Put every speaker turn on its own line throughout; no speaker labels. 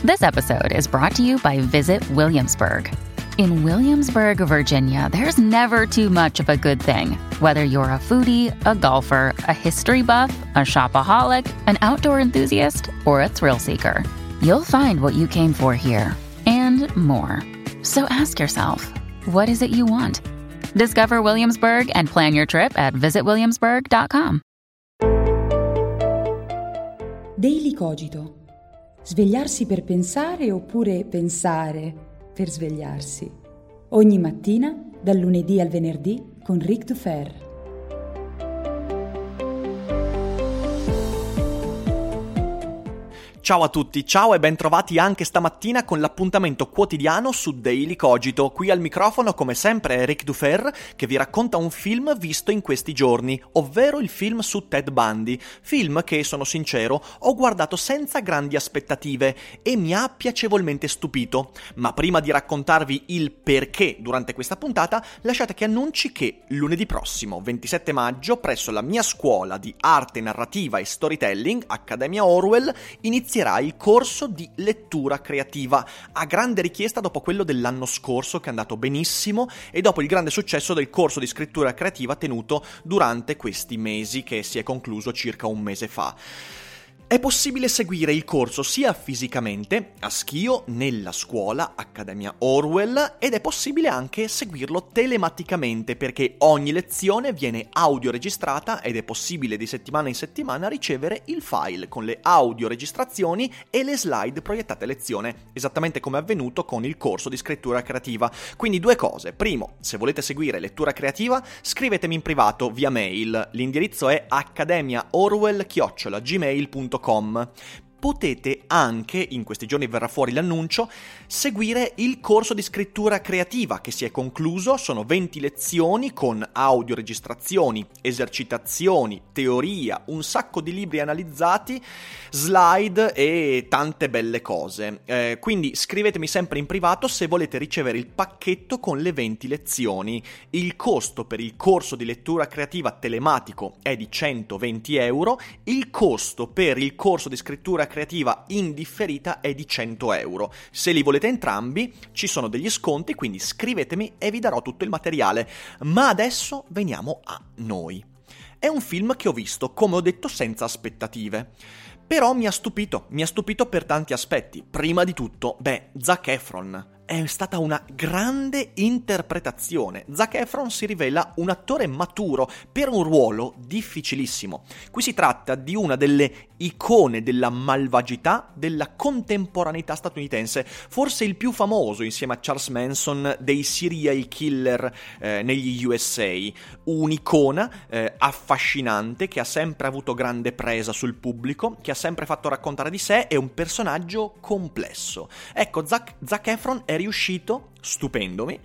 This episode is brought to you by Visit Williamsburg. In Williamsburg, Virginia, there's never too much of a good thing. Whether you're a foodie, a golfer, a history buff, a shopaholic, an outdoor enthusiast, or a thrill seeker, you'll find what you came for here and more. So ask yourself, what is it you want? Discover Williamsburg and plan your trip at visitwilliamsburg.com.
Daily Cogito. Svegliarsi per pensare oppure pensare per svegliarsi. Ogni mattina, dal lunedì al venerdì, con Ric Dufer.
Ciao a tutti, ciao e bentrovati anche stamattina con l'appuntamento quotidiano su Daily Cogito. Qui al microfono, come sempre, è Ric Dufer che vi racconta un film visto in questi giorni, ovvero il film su Ted Bundy. Film che, sono sincero, ho guardato senza grandi aspettative e mi ha piacevolmente stupito. Ma prima di raccontarvi il perché durante questa puntata, lasciate che annunci che lunedì prossimo, 27 maggio, presso la mia scuola di arte narrativa e storytelling, Accademia Orwell, inizierà il corso di lettura creativa, a grande richiesta dopo quello dell'anno scorso che è andato benissimo e dopo il grande successo del corso di scrittura creativa tenuto durante questi mesi che si è concluso circa un mese fa. È possibile seguire il corso sia fisicamente, a Schio, nella scuola Accademia Orwell, ed è possibile anche seguirlo telematicamente perché ogni lezione viene audioregistrata ed è possibile di settimana in settimana ricevere il file con le audioregistrazioni e le slide proiettate a lezione, esattamente come è avvenuto con il corso di scrittura creativa. Quindi due cose. Primo, se volete seguire lettura creativa, scrivetemi in privato via mail. L'indirizzo è accademiaorwell@gmail.com. Potete anche, in questi giorni verrà fuori l'annuncio, seguire il corso di scrittura creativa che si è concluso. Sono 20 lezioni con audioregistrazioni, esercitazioni, teoria, un sacco di libri analizzati, slide e tante belle cose. Quindi scrivetemi sempre in privato se volete ricevere il pacchetto con le 20 lezioni. Il costo per il corso di lettura creativa telematico è di 120 euro, il costo per il corso di scrittura creativa indifferita è di 100 euro. Se li volete entrambi ci sono degli sconti, quindi scrivetemi e vi darò tutto il materiale. Ma adesso veniamo a noi. È un film che ho visto, come ho detto, senza aspettative. Però mi ha stupito per tanti aspetti. Prima di tutto, Zac Efron. È stata una grande interpretazione. Zac Efron si rivela un attore maturo per un ruolo difficilissimo. Qui si tratta di una delle icone della malvagità della contemporaneità statunitense, forse il più famoso insieme a Charles Manson dei serial killer negli USA. Un'icona affascinante che ha sempre avuto grande presa sul pubblico, che ha sempre fatto raccontare di sé, e un personaggio complesso. Ecco, Zac Efron è riuscito, stupendomi,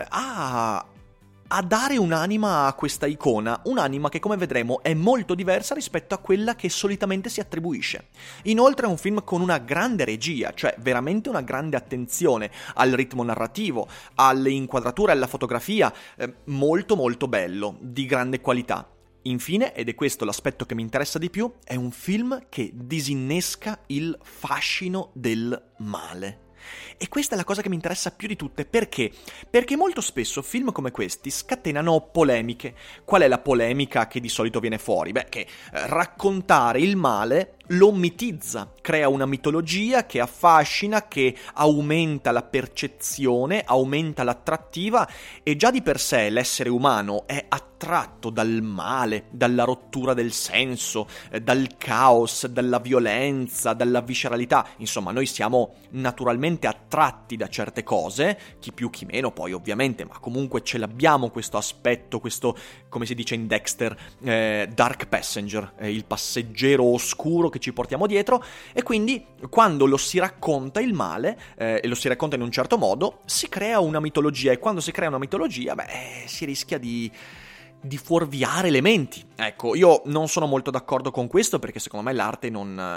a dare un'anima a questa icona, un'anima che, come vedremo, è molto diversa rispetto a quella che solitamente si attribuisce. Inoltre è un film con una grande regia, cioè veramente una grande attenzione al ritmo narrativo, alle inquadrature, alla fotografia, molto molto bello, di grande qualità. Infine, ed è questo l'aspetto che mi interessa di più, è un film che disinnesca il fascino del male. E questa è la cosa che mi interessa più di tutte. Perché? Perché molto spesso film come questi scatenano polemiche. Qual è la polemica che di solito viene fuori? Che raccontare il male lo mitizza, crea una mitologia che affascina, che aumenta la percezione, aumenta l'attrattiva, e già di per sé l'essere umano è attratto dal male, dalla rottura del senso, dal caos, dalla violenza, dalla visceralità. Insomma, noi siamo naturalmente attratti da certe cose, chi più chi meno poi ovviamente, ma comunque ce l'abbiamo questo aspetto, questo, come si dice in Dexter, dark passenger, il passeggero oscuro che ci portiamo dietro, e quindi quando lo si racconta il male, e lo si racconta in un certo modo, si crea una mitologia, e quando si crea una mitologia, si rischia di fuorviare elementi. Ecco, io non sono molto d'accordo con questo, perché secondo me l'arte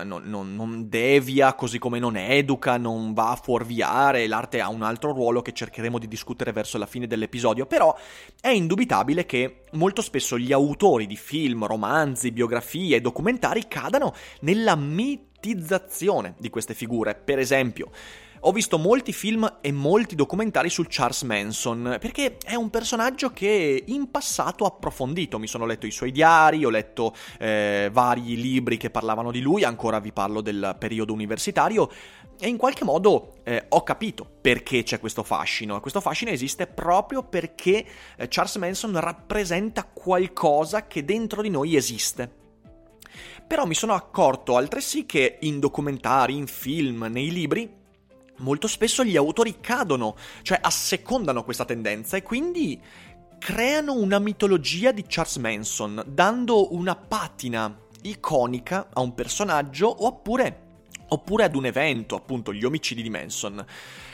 non devia, così come non educa, non va a fuorviare. L'arte ha un altro ruolo che cercheremo di discutere verso la fine dell'episodio, però è indubitabile che molto spesso gli autori di film, romanzi, biografie e documentari cadano nella mitologia mitizzazione di queste figure. Per esempio, ho visto molti film e molti documentari su Charles Manson, perché è un personaggio che in passato ho approfondito. Mi sono letto i suoi diari, ho letto vari libri che parlavano di lui, ancora vi parlo del periodo universitario, e in qualche modo ho capito perché c'è questo fascino. E questo fascino esiste proprio perché Charles Manson rappresenta qualcosa che dentro di noi esiste. Però mi sono accorto altresì che in documentari, in film, nei libri, molto spesso gli autori cadono, cioè assecondano questa tendenza e quindi creano una mitologia di Charles Manson, dando una patina iconica a un personaggio oppure ad un evento, appunto gli omicidi di Manson.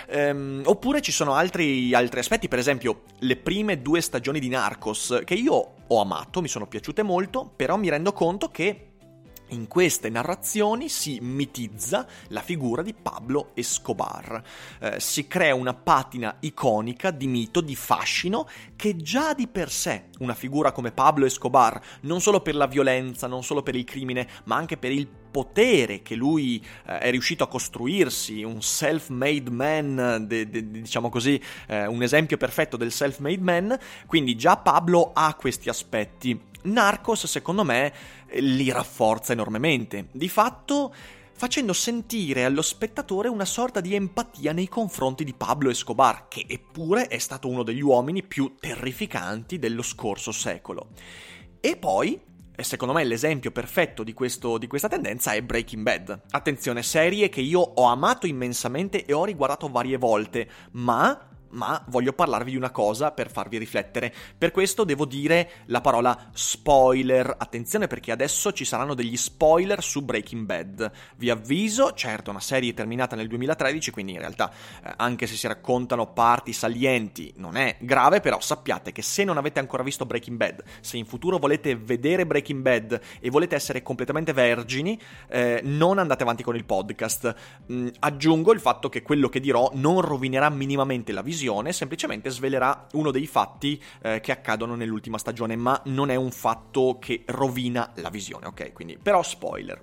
Oppure ci sono altri aspetti, per esempio le prime 2 stagioni di Narcos, che io ho amato, mi sono piaciute molto, però mi rendo conto che in queste narrazioni si mitizza la figura di Pablo Escobar, si crea una patina iconica di mito, di fascino, che già di per sé una figura come Pablo Escobar, non solo per la violenza, non solo per il crimine, ma anche per il potere che lui è riuscito a costruirsi, un self-made man, diciamo così, un esempio perfetto del self-made man, quindi già Pablo ha questi aspetti. Narcos, secondo me, li rafforza enormemente, di fatto facendo sentire allo spettatore una sorta di empatia nei confronti di Pablo Escobar, che eppure è stato uno degli uomini più terrificanti dello scorso secolo. E poi, secondo me, l'esempio perfetto di questa tendenza è Breaking Bad. Attenzione, serie che io ho amato immensamente e ho riguardato varie volte, ma voglio parlarvi di una cosa per farvi riflettere. Per questo devo dire la parola spoiler. Attenzione, perché adesso ci saranno degli spoiler su Breaking Bad. Vi avviso, certo, è una serie terminata nel 2013, quindi in realtà anche se si raccontano parti salienti non è grave, però sappiate che se non avete ancora visto Breaking Bad, se in futuro volete vedere Breaking Bad e volete essere completamente vergini, non andate avanti con il podcast. Aggiungo il fatto che quello che dirò non rovinerà minimamente la visione, semplicemente svelerà uno dei fatti che accadono nell'ultima stagione, ma non è un fatto che rovina la visione, ok? Quindi, però spoiler.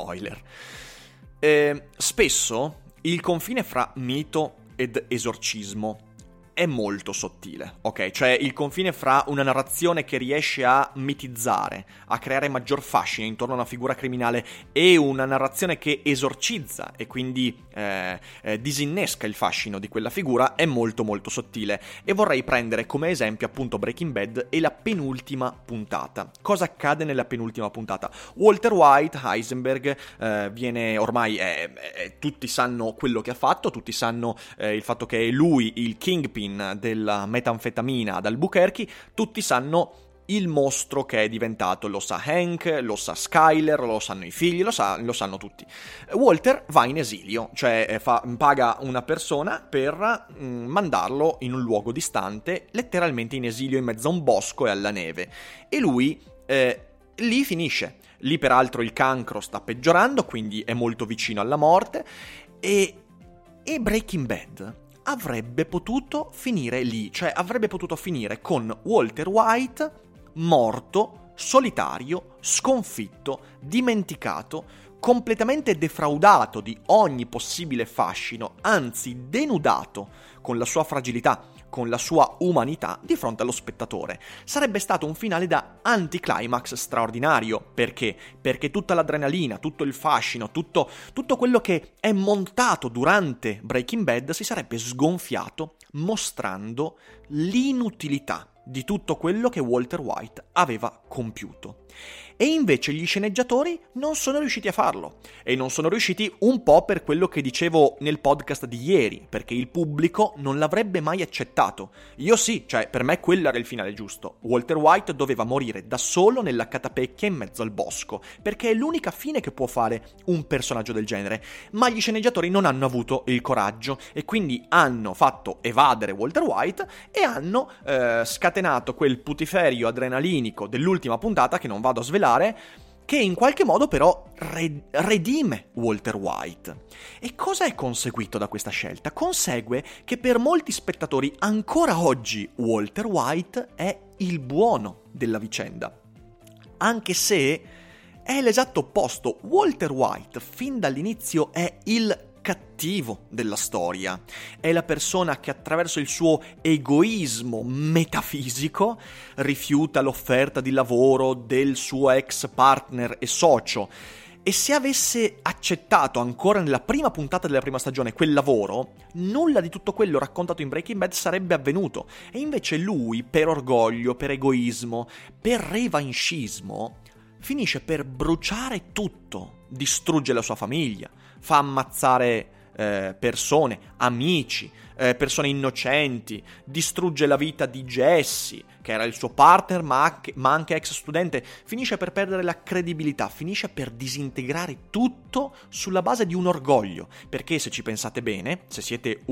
Spesso il confine fra mito ed esorcismo è molto sottile, ok? Cioè il confine fra una narrazione che riesce a mitizzare, a creare maggior fascino intorno a una figura criminale e una narrazione che esorcizza e quindi disinnesca il fascino di quella figura è molto molto sottile. E vorrei prendere come esempio appunto Breaking Bad e la penultima puntata. Cosa accade nella penultima puntata? Walter White, Heisenberg, viene ormai tutti sanno quello che ha fatto, tutti sanno il fatto che è lui il kingpin della metanfetamina ad Albuquerque, tutti sanno il mostro che è diventato, lo sa Hank, lo sa Skyler, lo sanno i figli, lo sanno tutti. Walter va in esilio, cioè paga una persona per mandarlo in un luogo distante, letteralmente in esilio in mezzo a un bosco e alla neve, e lui lì finisce. Lì peraltro il cancro sta peggiorando, quindi è molto vicino alla morte, e Breaking Bad avrebbe potuto finire lì, cioè avrebbe potuto finire con Walter White morto, solitario, sconfitto, dimenticato, completamente defraudato di ogni possibile fascino, anzi denudato con la sua fragilità, con la sua umanità di fronte allo spettatore. Sarebbe stato un finale da anticlimax straordinario. Perché? Perché tutta l'adrenalina, tutto il fascino, tutto quello che è montato durante Breaking Bad si sarebbe sgonfiato, mostrando l'inutilità di tutto quello che Walter White aveva compiuto. E invece gli sceneggiatori non sono riusciti a farlo, e non sono riusciti un po' per quello che dicevo nel podcast di ieri, perché il pubblico non l'avrebbe mai accettato. Io sì, cioè per me quello era il finale giusto. Walter White doveva morire da solo nella catapecchia in mezzo al bosco, perché è l'unica fine che può fare un personaggio del genere, ma gli sceneggiatori non hanno avuto il coraggio e quindi hanno fatto evadere Walter White e hanno scatenato quel putiferio adrenalinico dell'ultima puntata, che non vado a svelare, che in qualche modo però redime Walter White. E cosa è conseguito da questa scelta? Consegue che per molti spettatori ancora oggi Walter White è il buono della vicenda, anche se È l'esatto opposto. Walter White fin dall'inizio è il cattivo della storia. È la persona che attraverso il suo egoismo metafisico rifiuta l'offerta di lavoro del suo ex partner e socio. E se avesse accettato ancora nella prima puntata della prima stagione quel lavoro, nulla di tutto quello raccontato in Breaking Bad sarebbe avvenuto. E invece lui, per orgoglio, per egoismo, per revanchismo, finisce per bruciare tutto, distrugge la sua famiglia, fa ammazzare persone, amici, persone innocenti, distrugge la vita di Jesse, che era il suo partner ma anche ex studente, finisce per perdere la credibilità, finisce per disintegrare tutto sulla base di un orgoglio, perché se ci pensate bene, se siete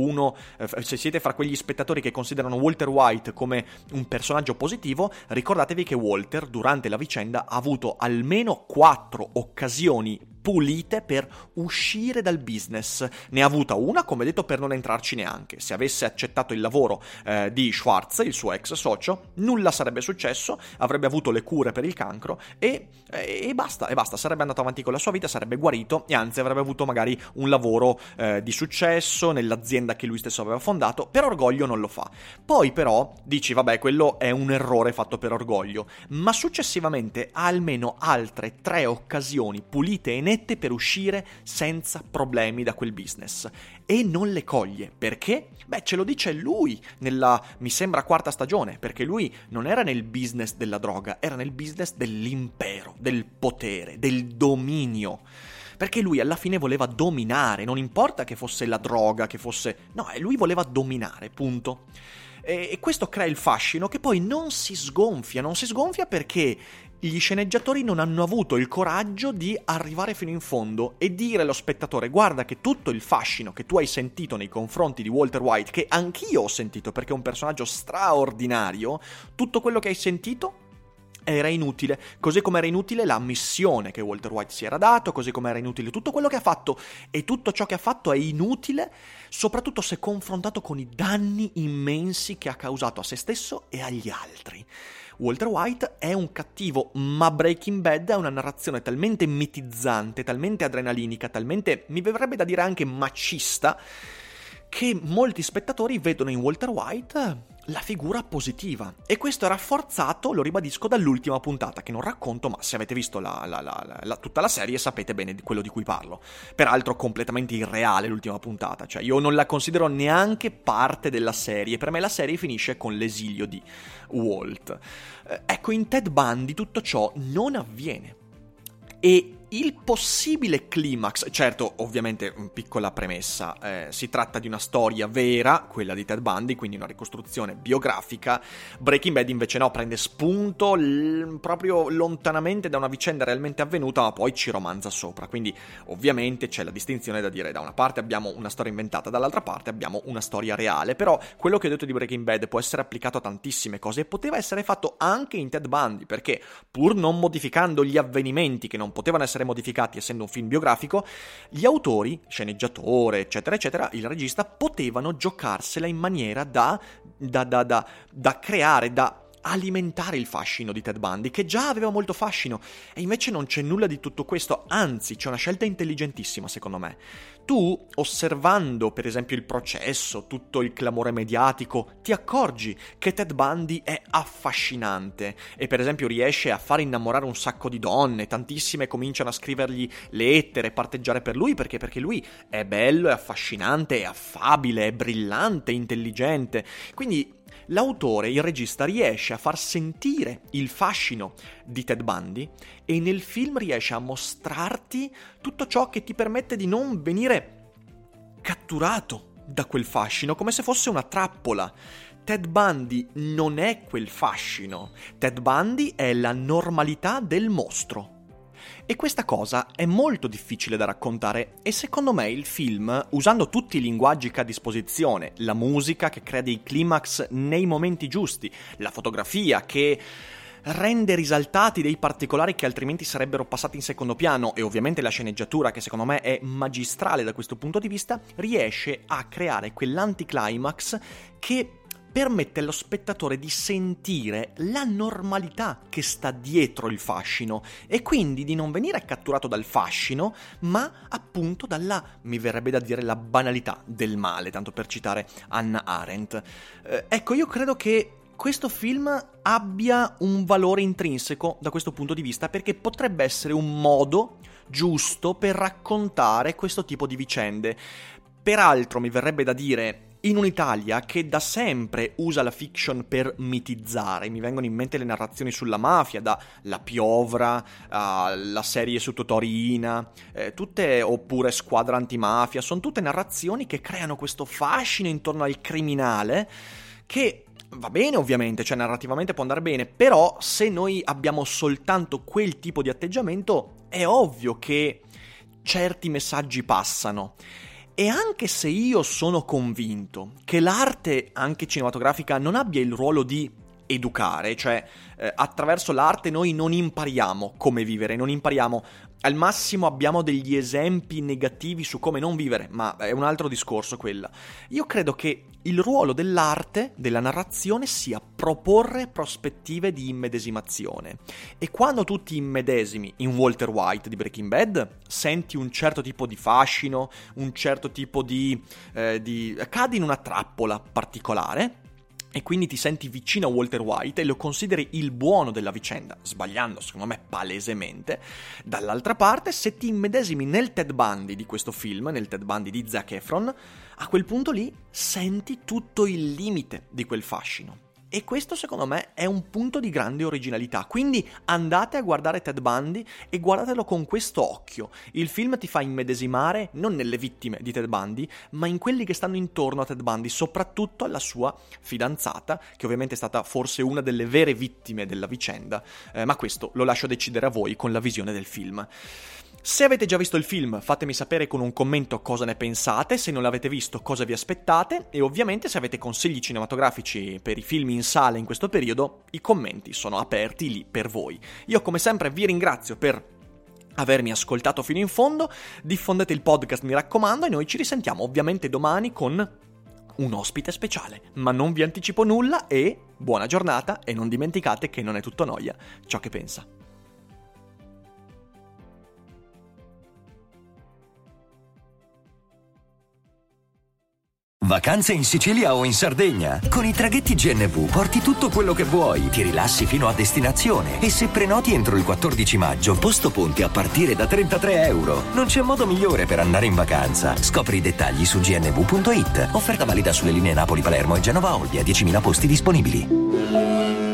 fra quegli spettatori che considerano Walter White come un personaggio positivo, ricordatevi che Walter durante la vicenda ha avuto almeno 4 occasioni pulite per uscire dal business. Ne ha avuta una, come detto, per non entrarci neanche. Se avesse accettato il lavoro di Schwartz, il suo ex socio, nulla sarebbe successo, avrebbe avuto le cure per il cancro e basta, sarebbe andato avanti con la sua vita, sarebbe guarito e anzi avrebbe avuto magari un lavoro di successo nell'azienda che lui stesso aveva fondato. Per orgoglio non lo fa. Poi però dici, vabbè, quello è un errore fatto per orgoglio, ma successivamente ha almeno altre 3 occasioni pulite e nette per uscire senza problemi da quel business e non le coglie. Perché? Beh, ce lo dice lui nella, mi sembra, 4ª stagione, perché lui non era nel business della droga, era nel business dell'impero, del potere, del dominio. Perché lui alla fine voleva dominare, non importa che fosse la droga, che fosse... No, lui voleva dominare, punto. E questo crea il fascino che poi non si sgonfia perché gli sceneggiatori non hanno avuto il coraggio di arrivare fino in fondo e dire allo spettatore: guarda che tutto il fascino che tu hai sentito nei confronti di Walter White, che anch'io ho sentito perché è un personaggio straordinario, tutto quello che hai sentito era inutile, così come era inutile la missione che Walter White si era dato, così come era inutile tutto quello che ha fatto, e tutto ciò che ha fatto è inutile soprattutto se confrontato con i danni immensi che ha causato a se stesso e agli altri. Walter White è un cattivo, ma Breaking Bad è una narrazione talmente mitizzante, talmente adrenalinica, talmente, mi verrebbe da dire anche macista, che molti spettatori vedono in Walter White la figura positiva. E questo è rafforzato, lo ribadisco, dall'ultima puntata, che non racconto, ma se avete visto tutta la serie sapete bene di quello di cui parlo. Peraltro completamente irreale l'ultima puntata, cioè io non la considero neanche parte della serie, per me la serie finisce con l'esilio di Walt. Ecco, in Ted Bundy tutto ciò non avviene. E il possibile climax, certo, ovviamente, piccola premessa, si tratta di una storia vera, quella di Ted Bundy, quindi una ricostruzione biografica. Breaking Bad invece no, prende spunto proprio lontanamente da una vicenda realmente avvenuta, ma poi ci romanza sopra, quindi ovviamente c'è la distinzione da dire: da una parte abbiamo una storia inventata, dall'altra parte abbiamo una storia reale. Però quello che ho detto di Breaking Bad può essere applicato a tantissime cose e poteva essere fatto anche in Ted Bundy, perché pur non modificando gli avvenimenti che non potevano essere modificati essendo un film biografico, gli autori, sceneggiatore, eccetera eccetera, il regista, potevano giocarsela in maniera da creare, da alimentare il fascino di Ted Bundy, che già aveva molto fascino, e invece non c'è nulla di tutto questo. Anzi, c'è una scelta intelligentissima, secondo me. Tu, osservando per esempio il processo, tutto il clamore mediatico, ti accorgi che Ted Bundy è affascinante e per esempio riesce a far innamorare un sacco di donne, tantissime cominciano a scrivergli lettere, parteggiare per lui, perché lui è bello, è affascinante, è affabile, è brillante, intelligente. Quindi l'autore, il regista, riesce a far sentire il fascino di Ted Bundy e nel film riesce a mostrarti tutto ciò che ti permette di non venire catturato da quel fascino, come se fosse una trappola. Ted Bundy non è quel fascino. Ted Bundy è la normalità del mostro. E questa cosa è molto difficile da raccontare e secondo me il film, usando tutti i linguaggi che ha a disposizione, la musica che crea dei climax nei momenti giusti, la fotografia che rende risaltati dei particolari che altrimenti sarebbero passati in secondo piano, e ovviamente la sceneggiatura, che secondo me è magistrale da questo punto di vista, riesce a creare quell'anticlimax che permette allo spettatore di sentire la normalità che sta dietro il fascino e quindi di non venire catturato dal fascino, ma appunto dalla, mi verrebbe da dire, la banalità del male, tanto per citare Hannah Arendt. Ecco, io credo che questo film abbia un valore intrinseco da questo punto di vista, perché potrebbe essere un modo giusto per raccontare questo tipo di vicende. Peraltro mi verrebbe da dire, in un'Italia che da sempre usa la fiction per mitizzare, mi vengono in mente le narrazioni sulla mafia, da La Piovra, la serie su Totò Riina, tutte, oppure Squadra Antimafia, sono tutte narrazioni che creano questo fascino intorno al criminale che va bene ovviamente, cioè narrativamente può andare bene, però se noi abbiamo soltanto quel tipo di atteggiamento è ovvio che certi messaggi passano. E anche se io sono convinto che l'arte, anche cinematografica, non abbia il ruolo di educare, cioè attraverso l'arte noi non impariamo come vivere, non impariamo, al massimo abbiamo degli esempi negativi su come non vivere, ma è un altro discorso quella. Io credo che il ruolo dell'arte, della narrazione, sia proporre prospettive di immedesimazione. E quando tu ti immedesimi in Walter White di Breaking Bad, senti un certo tipo di fascino, un certo tipo di cadi in una trappola particolare, e quindi ti senti vicino a Walter White e lo consideri il buono della vicenda, sbagliando secondo me palesemente. Dall'altra parte, se ti immedesimi nel Ted Bundy di questo film, nel Ted Bundy di Zac Efron, a quel punto lì senti tutto il limite di quel fascino. E questo secondo me è un punto di grande originalità, quindi andate a guardare Ted Bundy e guardatelo con questo occhio. Il film ti fa immedesimare non nelle vittime di Ted Bundy, ma in quelli che stanno intorno a Ted Bundy, soprattutto alla sua fidanzata, che ovviamente è stata forse una delle vere vittime della vicenda, ma questo lo lascio decidere a voi con la visione del film. Se avete già visto il film, fatemi sapere con un commento cosa ne pensate, se non l'avete visto cosa vi aspettate, e ovviamente se avete consigli cinematografici per i film in sala in questo periodo, i commenti sono aperti lì per voi. Io come sempre vi ringrazio per avermi ascoltato fino in fondo, diffondete il podcast mi raccomando e noi ci risentiamo ovviamente domani con un ospite speciale, ma non vi anticipo nulla e buona giornata e non dimenticate che non è tutto noia ciò che pensa.
Vacanze in Sicilia o in Sardegna? Con i traghetti GNV porti tutto quello che vuoi, ti rilassi fino a destinazione e se prenoti entro il 14 maggio, posto ponti a partire da €33. Non c'è modo migliore per andare in vacanza. Scopri i dettagli su gnv.it. Offerta valida sulle linee Napoli-Palermo e Genova-Olbia, 10.000 posti disponibili.